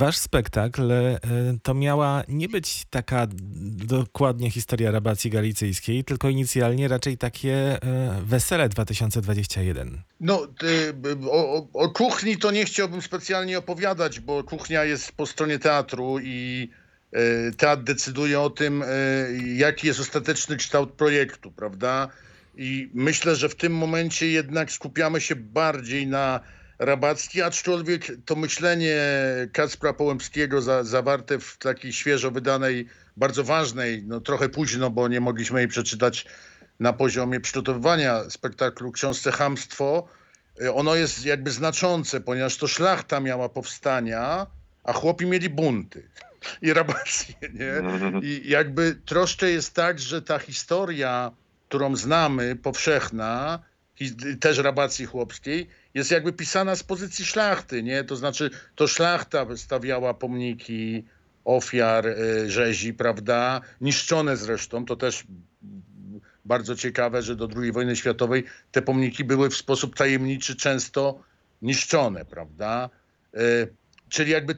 wasz spektakl to miała nie być taka dokładnie historia rabacji galicyjskiej, tylko inicjalnie raczej takie Wesele 2021. No, o kuchni to nie chciałbym specjalnie opowiadać, bo kuchnia jest po stronie teatru i teatr decyduje o tym, jaki jest ostateczny kształt projektu, prawda? I myślę, że w tym momencie jednak skupiamy się bardziej na Rabacki, aczkolwiek to myślenie Kacpra Połębskiego zawarte w takiej świeżo wydanej, bardzo ważnej, no trochę późno, bo nie mogliśmy jej przeczytać na poziomie przygotowywania spektaklu, książce Chamstwo, ono jest jakby znaczące, ponieważ to szlachta miała powstania, a chłopi mieli bunty i rabacje, nie? I jakby troszkę jest tak, że ta historia, którą znamy, powszechna, też rabacji chłopskiej, jest jakby pisana z pozycji szlachty, nie? To znaczy, to szlachta wystawiała pomniki ofiar rzezi, prawda? Niszczone zresztą, to też bardzo ciekawe, że do II wojny światowej te pomniki były w sposób tajemniczy często niszczone, prawda? Czyli jakby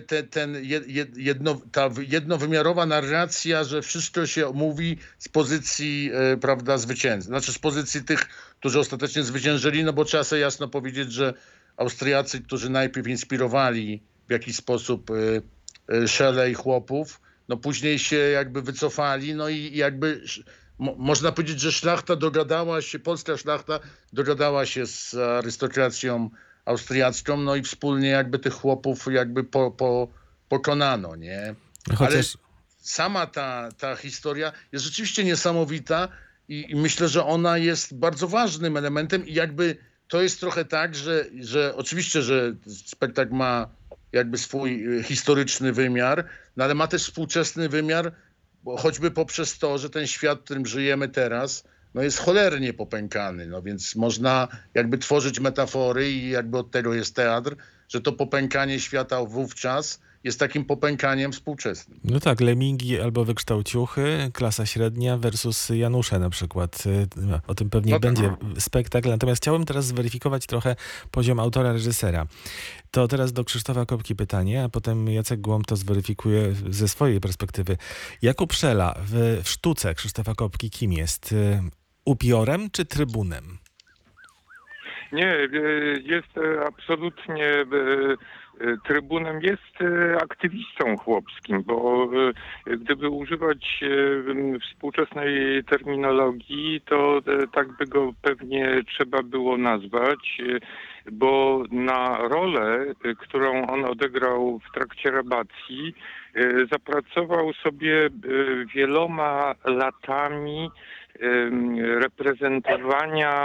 ta jednowymiarowa narracja, że wszystko się mówi z pozycji, prawda, zwycięzcy. Znaczy z pozycji tych, którzy ostatecznie zwyciężyli, no bo trzeba sobie jasno powiedzieć, że Austriacy, którzy najpierw inspirowali w jakiś sposób Szele i chłopów, no później się jakby wycofali, no i jakby można powiedzieć, że szlachta dogadała się, polska szlachta dogadała się z arystokracją austriacką, no i wspólnie jakby tych chłopów jakby pokonano, nie? Ale Chociaż sama ta historia jest rzeczywiście niesamowita i myślę, że ona jest bardzo ważnym elementem i jakby to jest trochę tak, że oczywiście, że spektakl ma jakby swój historyczny wymiar, no ale ma też współczesny wymiar, bo choćby poprzez to, że ten świat, w którym żyjemy teraz, no jest cholernie popękany, no więc można jakby tworzyć metafory i jakby od tego jest teatr, że to popękanie świata wówczas jest takim popękaniem współczesnym. no tak, Lemingi albo Wykształciuchy, klasa średnia versus Janusze na przykład. O tym pewnie No tak. będzie spektakl. Natomiast chciałem teraz zweryfikować trochę poziom autora, reżysera. To teraz do Krzysztofa Kopki pytanie, a potem Jacek Głąb to zweryfikuje ze swojej perspektywy. Jakub Szela w sztuce Krzysztofa Kopki kim jest? Upiorem czy trybunem? Nie, jest absolutnie trybunem, jest aktywistą chłopskim, bo gdyby używać współczesnej terminologii, to tak by go pewnie trzeba było nazwać, bo na rolę, którą on odegrał w trakcie rabacji, zapracował sobie wieloma latami reprezentowania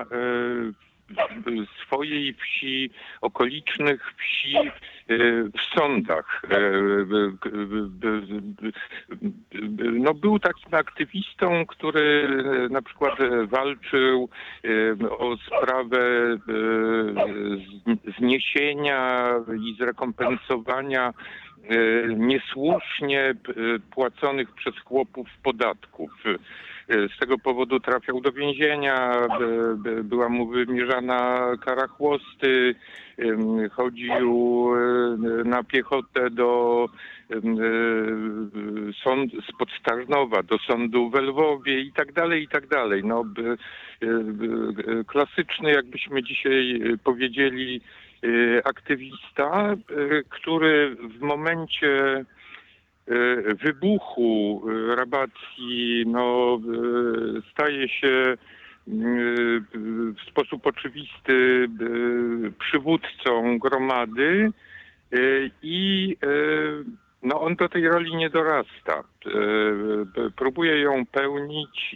swojej wsi, okolicznych wsi w sądach. No, był takim aktywistą, który na przykład walczył o sprawę zniesienia i zrekompensowania niesłusznie płaconych przez chłopów podatków. Z tego powodu trafiał do więzienia, była mu wymierzana kara chłosty, chodził na piechotę spod Tarnowa do sądu w Lwowie i tak dalej, i tak dalej. No, klasyczny, jakbyśmy dzisiaj powiedzieli, aktywista, który w momencie wybuchu rabacji no, staje się w sposób oczywisty przywódcą gromady i no, on do tej roli nie dorasta. Próbuje ją pełnić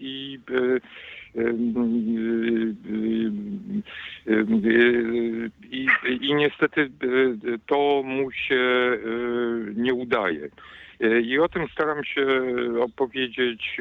i niestety to mu się nie udaje. I o tym staram się opowiedzieć,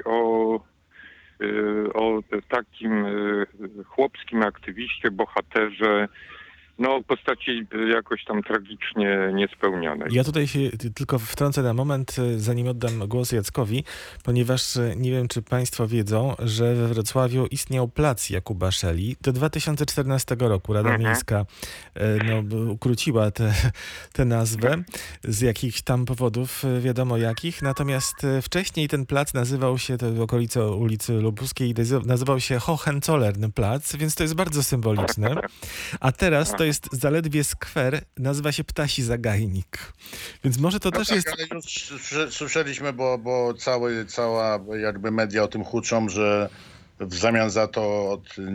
o takim chłopskim aktywiście, bohaterze, postaci jakoś tam tragicznie niespełnionej. Ja tutaj się tylko wtrącę na moment, zanim oddam głos Jackowi, ponieważ nie wiem, czy państwo wiedzą, że we Wrocławiu istniał plac Jakuba Szeli. Do 2014 roku Rada Miejska ukróciła tę nazwę z jakichś tam powodów, wiadomo jakich. Natomiast wcześniej ten plac nazywał się, to w okolicy ulicy Lubuskiej, nazywał się Hohenzollern Plac, więc to jest bardzo symboliczne. A teraz to jest zaledwie skwer, nazywa się Ptasi Zagajnik. Więc może to też jest... Ale już słyszeliśmy, bo cała jakby media o tym huczą, że w zamian za to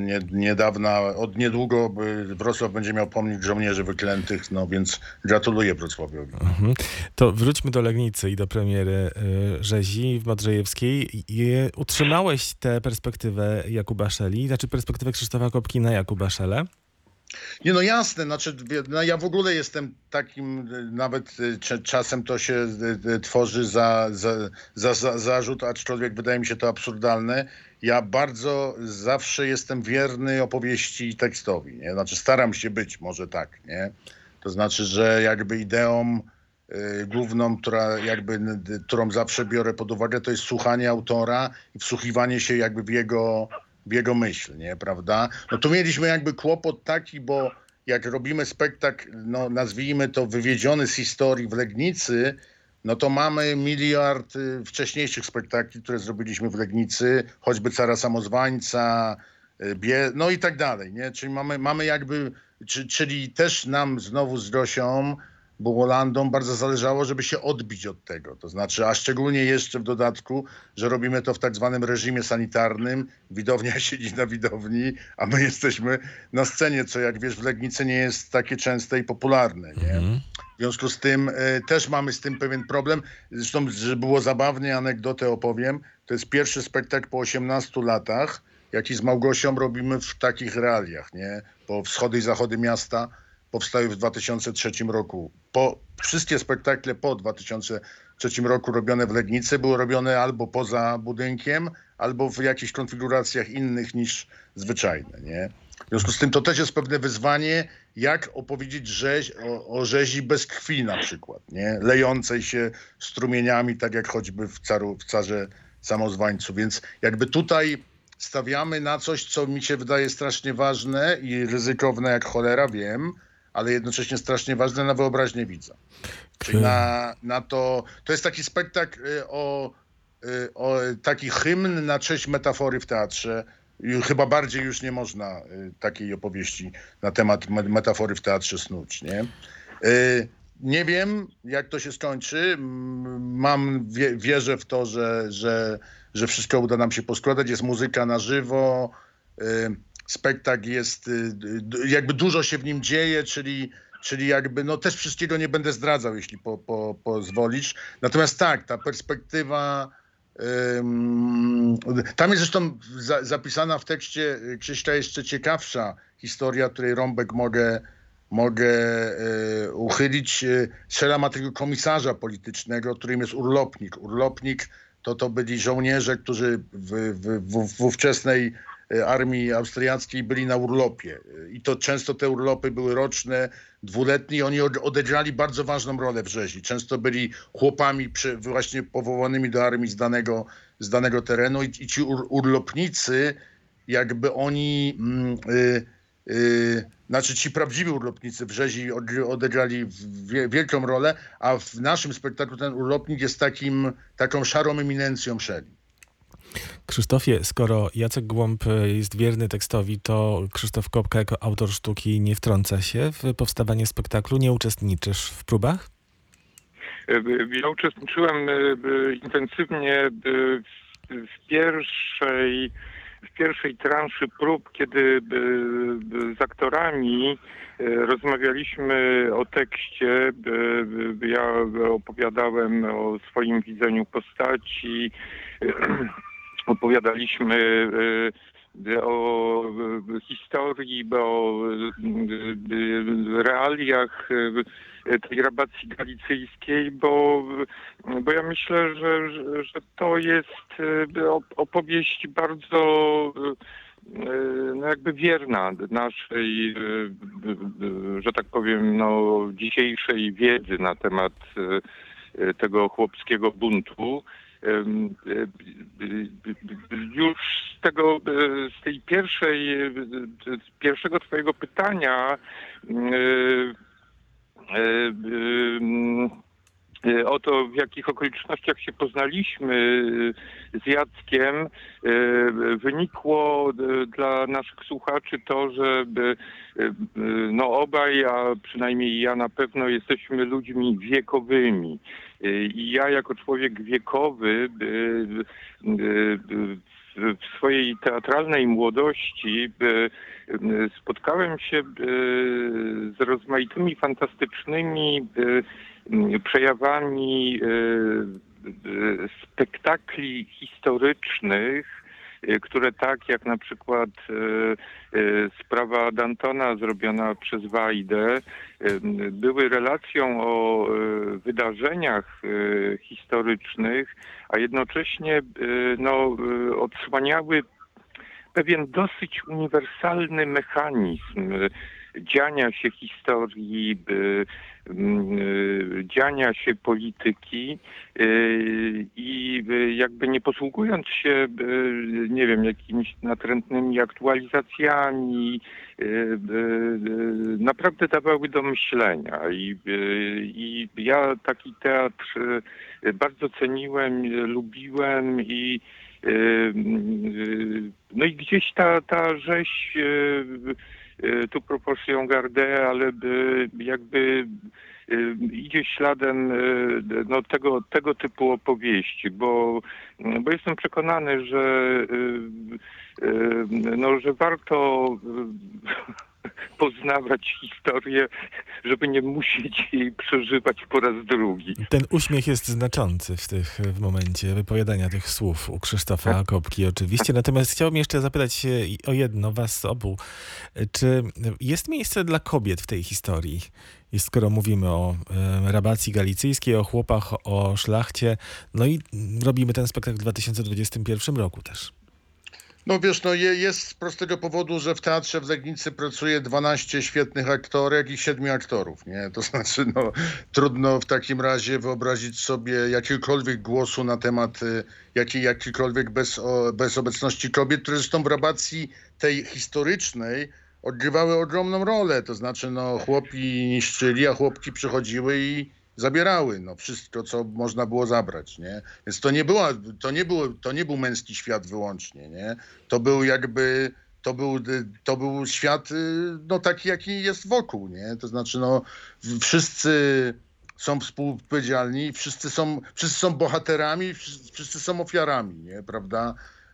od niedługo Wrocław będzie miał pomnik żołnierzy wyklętych, więc gratuluję Wrocławiowi. To wróćmy do Legnicy i do premiery Rzezi w Modrzejewskiej. Utrzymałeś tę perspektywę Jakuba Szeli, znaczy perspektywę Krzysztofa Kopki na Jakuba Szelę? Nie, no jasne, ja w ogóle jestem takim, nawet czasem to się tworzy za zarzut, aczkolwiek wydaje mi się to absurdalne. Ja bardzo zawsze jestem wierny opowieści i tekstowi, nie? Znaczy staram się być, może tak, nie? To znaczy, że jakby ideą główną, którą zawsze biorę pod uwagę, to jest słuchanie autora i wsłuchiwanie się jakby w jego myśl, nie, prawda? No tu mieliśmy jakby kłopot taki, bo jak robimy spektakl, nazwijmy to wywiedziony z historii w Legnicy, no to mamy miliard wcześniejszych spektakli, które zrobiliśmy w Legnicy, choćby Cara Samozwańca, no i tak dalej, nie? Czyli mamy jakby, czyli też nam znowu z Gosią Bułolandą bardzo zależało, żeby się odbić od tego. To znaczy, a szczególnie jeszcze w dodatku, że robimy to w tak zwanym reżimie sanitarnym. Widownia siedzi na widowni, a my jesteśmy na scenie, co jak wiesz w Legnicy nie jest takie częste i popularne. Nie? W związku z tym też mamy z tym pewien problem. Zresztą, że było zabawnie, anegdotę opowiem. To jest pierwszy spektakl po 18 latach, jaki z Małgosią robimy w takich realiach. Nie? Bo wschody i zachody miasta powstały w 2003 roku. Wszystkie spektakle po 2003 roku robione w Legnicy były robione albo poza budynkiem, albo w jakichś konfiguracjach innych niż zwyczajne. Nie? W związku z tym to też jest pewne wyzwanie, jak opowiedzieć o rzezi bez krwi na przykład, nie? Lejącej się strumieniami, tak jak choćby w Carze Samozwańcu. Więc jakby tutaj stawiamy na coś, co mi się wydaje strasznie ważne i ryzykowne jak cholera, wiem, ale jednocześnie strasznie ważne na wyobraźnię widza. Czyli na to jest taki spektakl taki hymn na cześć metafory w teatrze. I chyba bardziej już nie można takiej opowieści na temat metafory w teatrze snuć, nie? Nie wiem, jak to się skończy. Wierzę w to, że wszystko uda nam się poskładać. Jest muzyka na żywo. Spektakl jest, jakby dużo się w nim dzieje, czyli jakby, też wszystkiego nie będę zdradzał, jeśli pozwolisz. Natomiast tak, ta perspektywa, tam jest zresztą zapisana w tekście Krzyśka jeszcze ciekawsza historia, której rąbek mogę uchylić. Szela ma tego komisarza politycznego, którym jest urlopnik. Urlopnik to byli żołnierze, którzy w ówczesnej armii austriackiej byli na urlopie. I to często te urlopy były roczne, dwuletnie i oni odegrali bardzo ważną rolę w rzezi. Często byli chłopami właśnie powołanymi do armii z danego terenu i ci urlopnicy, jakby oni, znaczy ci prawdziwi urlopnicy w rzezi odegrali wielką rolę, a w naszym spektaklu ten urlopnik jest taką szarą eminencją Szeli. Krzysztofie, skoro Jacek Głąb jest wierny tekstowi, to Krzysztof Kopka jako autor sztuki nie wtrąca się w powstawanie spektaklu? Nie uczestniczysz w próbach? Ja uczestniczyłem intensywnie w pierwszej transzy prób, kiedy z aktorami rozmawialiśmy o tekście. Ja opowiadałem o swoim widzeniu postaci. Opowiadaliśmy o historii, o realiach tej rabacji galicyjskiej, bo ja myślę, że to jest opowieść bardzo no jakby wierna naszej, że tak powiem, no dzisiejszej wiedzy na temat tego chłopskiego buntu. Już z tej pierwszego twojego pytania o to, w jakich okolicznościach się poznaliśmy z Jackiem, wynikło dla naszych słuchaczy to, że no obaj, a przynajmniej ja na pewno, jesteśmy ludźmi wiekowymi. I ja jako człowiek wiekowy w swojej teatralnej młodości spotkałem się z rozmaitymi fantastycznymi przejawami spektakli historycznych, które tak jak na przykład sprawa Dantona zrobiona przez Wajdę były relacją o wydarzeniach historycznych, a jednocześnie no, odsłaniały pewien dosyć uniwersalny mechanizm dziania się historii, dziania się polityki i jakby nie posługując się, nie wiem, jakimiś natrętnymi aktualizacjami, naprawdę dawały do myślenia. I ja taki teatr bardzo ceniłem, lubiłem i no i gdzieś ta rzeź tu proporcją gardę, ale jakby idzie śladem no, tego typu opowieści, bo jestem przekonany, że warto poznawać historię, żeby nie musieć jej przeżywać po raz drugi. Ten uśmiech jest znaczący w momencie wypowiadania tych słów u Krzysztofa Akopki oczywiście. Natomiast chciałbym jeszcze zapytać się o jedno, was obu. Czy jest miejsce dla kobiet w tej historii? I skoro mówimy o rabacji galicyjskiej, o chłopach, o szlachcie, no i robimy ten spektakl w 2021 roku też. No wiesz, no jest z prostego powodu, że w teatrze w Legnicy pracuje 12 świetnych aktorek i 7 aktorów, nie? To znaczy, no trudno w takim razie wyobrazić sobie jakiegokolwiek głosu na temat jakikolwiek bez obecności kobiet, które zresztą w rabacji tej historycznej odgrywały ogromną rolę. To znaczy, no chłopi niszczyli, a chłopki przychodziły i zabierały no wszystko, co można było zabrać, nie? Więc to nie był męski świat wyłącznie, nie? To był świat no taki, jaki jest wokół, nie? To znaczy, no wszyscy są współodpowiedzialni, wszyscy są bohaterami, wszyscy są ofiarami, nie? Prawda?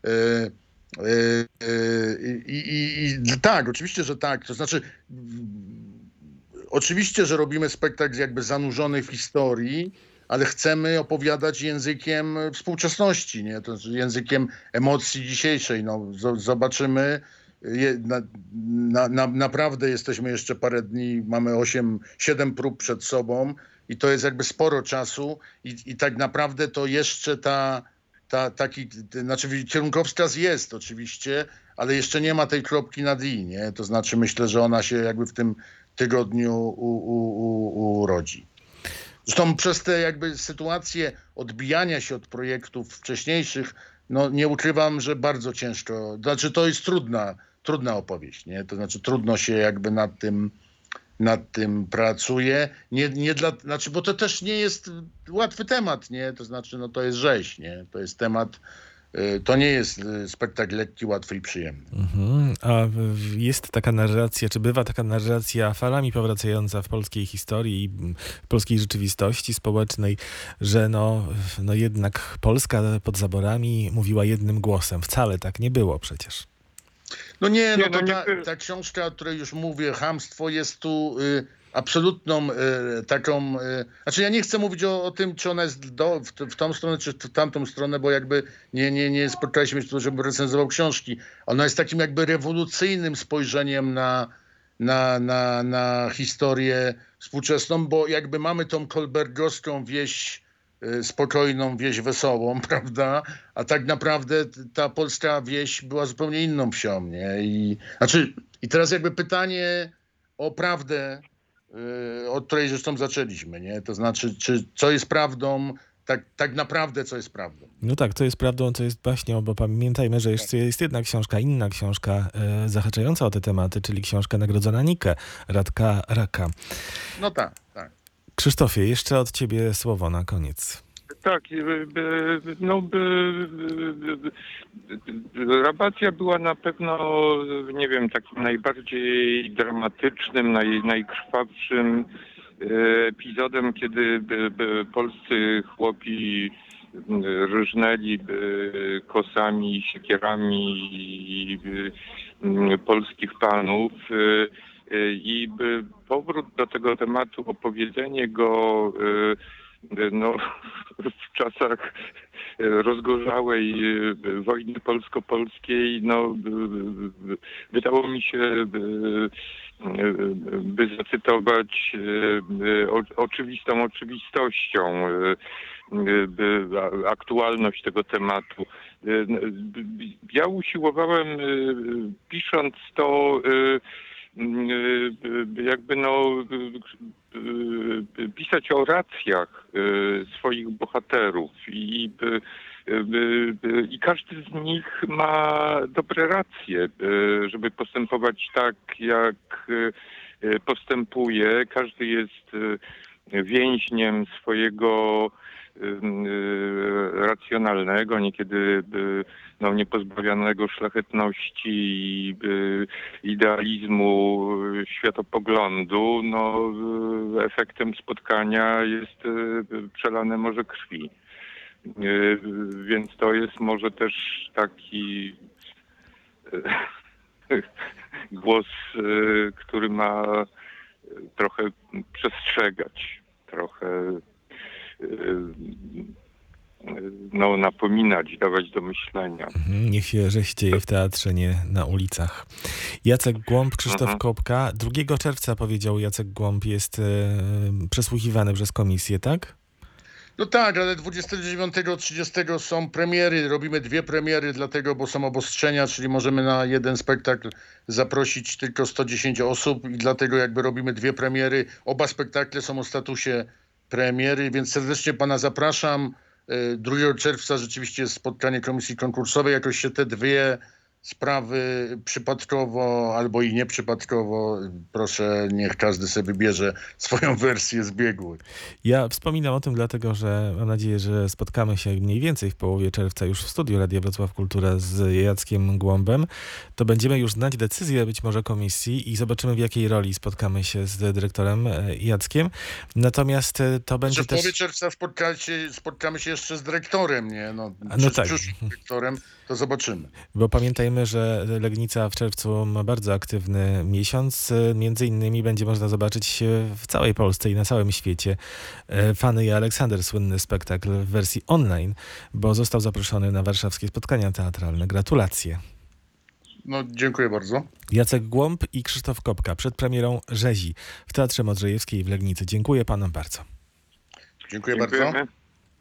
Tak, oczywiście, że tak. To znaczy oczywiście, że robimy spektakl jakby zanurzony w historii, ale chcemy opowiadać językiem współczesności, nie? To znaczy językiem emocji dzisiejszej. No, zobaczymy. Naprawdę jesteśmy jeszcze parę dni, mamy 7 prób przed sobą i to jest jakby sporo czasu i tak naprawdę to jeszcze znaczy kierunkowskaz jest oczywiście, ale jeszcze nie ma tej kropki nad i, nie? To znaczy myślę, że ona się jakby w tym tygodniu urodzi. Zresztą przez te jakby sytuacje odbijania się od projektów wcześniejszych, no nie ukrywam, że bardzo ciężko, znaczy to jest trudna opowieść, nie? To znaczy trudno się jakby nad tym pracuje, znaczy, bo to też nie jest łatwy temat, nie? To znaczy, no to jest rzeź, nie? To jest temat, to nie jest spektakl lekki, łatwy i przyjemny. A jest taka narracja, czy bywa taka narracja falami powracająca w polskiej historii i w polskiej rzeczywistości społecznej, że no jednak Polska pod zaborami mówiła jednym głosem. Wcale tak nie było przecież. No nie, no to ta książka, o której już mówię, Chamstwo, jest tu absolutną taką... Znaczy ja nie chcę mówić o tym, czy ona jest w tą stronę, czy w tamtą stronę, bo jakby nie spotkaliśmy się tu, żebym recenzował książki. Ona jest takim jakby rewolucyjnym spojrzeniem na historię współczesną, bo jakby mamy tą kolbergowską wieś spokojną wieś wesołą, prawda? A tak naprawdę ta polska wieś była zupełnie inną wsią, nie? I teraz jakby pytanie o prawdę, od której zresztą zaczęliśmy, nie? To znaczy, co jest prawdą, tak naprawdę co jest prawdą. No tak, co jest prawdą, co jest baśnią, bo pamiętajmy, że jeszcze jest jedna książka, inna książka zahaczająca o te tematy, czyli książka Nagrodzona Nike, Radka Raka. No tak, tak. Krzysztofie, jeszcze od ciebie słowo na koniec. Tak, Rabacja była na pewno, nie wiem, takim najbardziej dramatycznym, najkrwawszym epizodem, kiedy polscy chłopi ryżnęli kosami, siekierami polskich panów. I powrót do tego tematu, opowiedzenie go w czasach rozgorzałej wojny polsko-polskiej, wydało mi się, by zacytować oczywistą oczywistością aktualność tego tematu. Ja usiłowałem, pisząc to, pisać o racjach swoich bohaterów i każdy z nich ma dobre racje, żeby postępować tak, jak postępuje. Każdy jest więźniem swojego racjonalnego, niekiedy niepozbawionego szlachetności i idealizmu światopoglądu. Efektem spotkania jest przelane morze krwi. Więc to jest może też taki głos, który ma trochę przestrzegać, trochę napominać, dawać do myślenia. Niech się rzeź dzieje w teatrze, nie na ulicach. Jacek Głąb, Krzysztof Kopka. 2 czerwca, powiedział Jacek Głąb, jest przesłuchiwany przez komisję, tak? No tak, ale 29-30 są premiery. Robimy 2 premiery, dlatego, bo są obostrzenia, czyli możemy na jeden spektakl zaprosić tylko 110 osób i dlatego jakby robimy 2 premiery. Oba spektakle są o statusie premiery, więc serdecznie pana zapraszam. 2 czerwca rzeczywiście jest spotkanie komisji konkursowej. Jakoś się te 2 sprawy przypadkowo albo i nieprzypadkowo, proszę, niech każdy sobie wybierze swoją wersję zbiegłych. Ja wspominam o tym dlatego, że mam nadzieję, że spotkamy się mniej więcej w połowie czerwca już w studiu Radia Wrocław Kultura z Jackiem Głąbem. To będziemy już znać decyzję być może komisji i zobaczymy, w jakiej roli spotkamy się z dyrektorem Jackiem. Natomiast to będzie w połowie czerwca spotkamy się jeszcze z dyrektorem, nie? Tak. Przyszłym dyrektorem, to zobaczymy. Bo pamiętajmy, że Legnica w czerwcu ma bardzo aktywny miesiąc. Między innymi będzie można zobaczyć w całej Polsce i na całym świecie Fanny i Aleksander, słynny spektakl w wersji online, bo został zaproszony na warszawskie spotkania teatralne. Gratulacje. Dziękuję bardzo. Jacek Głąb i Krzysztof Kopka przed premierą Rzezi w Teatrze Modrzejewskiej w Legnicy. Dziękuję panom bardzo. Dziękuję bardzo.